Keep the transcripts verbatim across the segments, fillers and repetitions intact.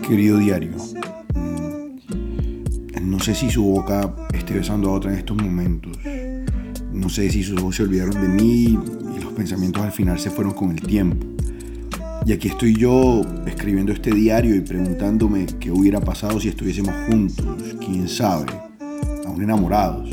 Querido diario, no sé si su boca esté besando a otra en estos momentos. No sé si sus ojos se olvidaron de mí y los pensamientos al final se fueron con el tiempo. Y aquí estoy yo escribiendo este diario y preguntándome qué hubiera pasado si estuviésemos juntos, quién sabe, aún enamorados.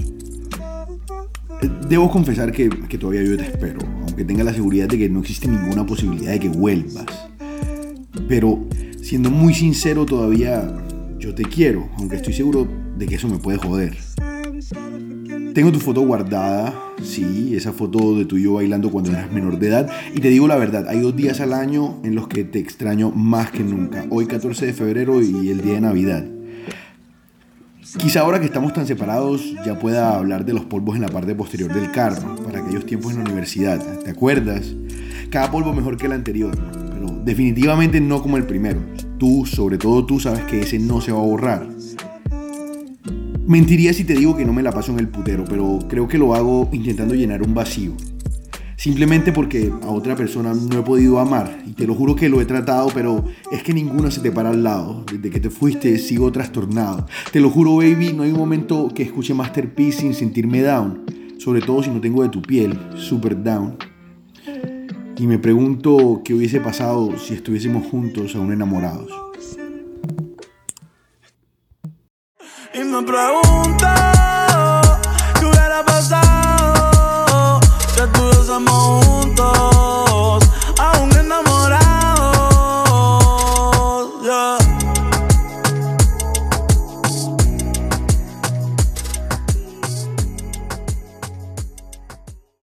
Debo confesar que, que todavía yo te espero, aunque tenga la seguridad de que no existe ninguna posibilidad de que vuelvas. Pero, siendo muy sincero, todavía yo te quiero, aunque estoy seguro de que eso me puede joder. Tengo tu foto guardada, sí, esa foto de tú y yo bailando cuando eras menor de edad. Y te digo la verdad, hay dos días al año en los que te extraño más que nunca. Hoy catorce de febrero y el día de Navidad. Quizá ahora que estamos tan separados ya pueda hablar de los polvos en la parte posterior del carro, para aquellos tiempos en la universidad. ¿Te acuerdas? Cada polvo mejor que el anterior, pero definitivamente no como el primero. Tú, sobre todo tú, sabes que ese no se va a borrar. Mentiría si te digo que no me la paso en el putero, pero creo que lo hago intentando llenar un vacío. Simplemente porque a otra persona no he podido amar. Y te lo juro que lo he tratado, pero es que ninguna se te para al lado. Desde que te fuiste sigo trastornado. Te lo juro, baby, no hay un momento que escuche Masterpiece sin sentirme down. Sobre todo si no tengo de tu piel, super down. Y me pregunto qué hubiese pasado si estuviésemos juntos aún enamorados. Y me pregunto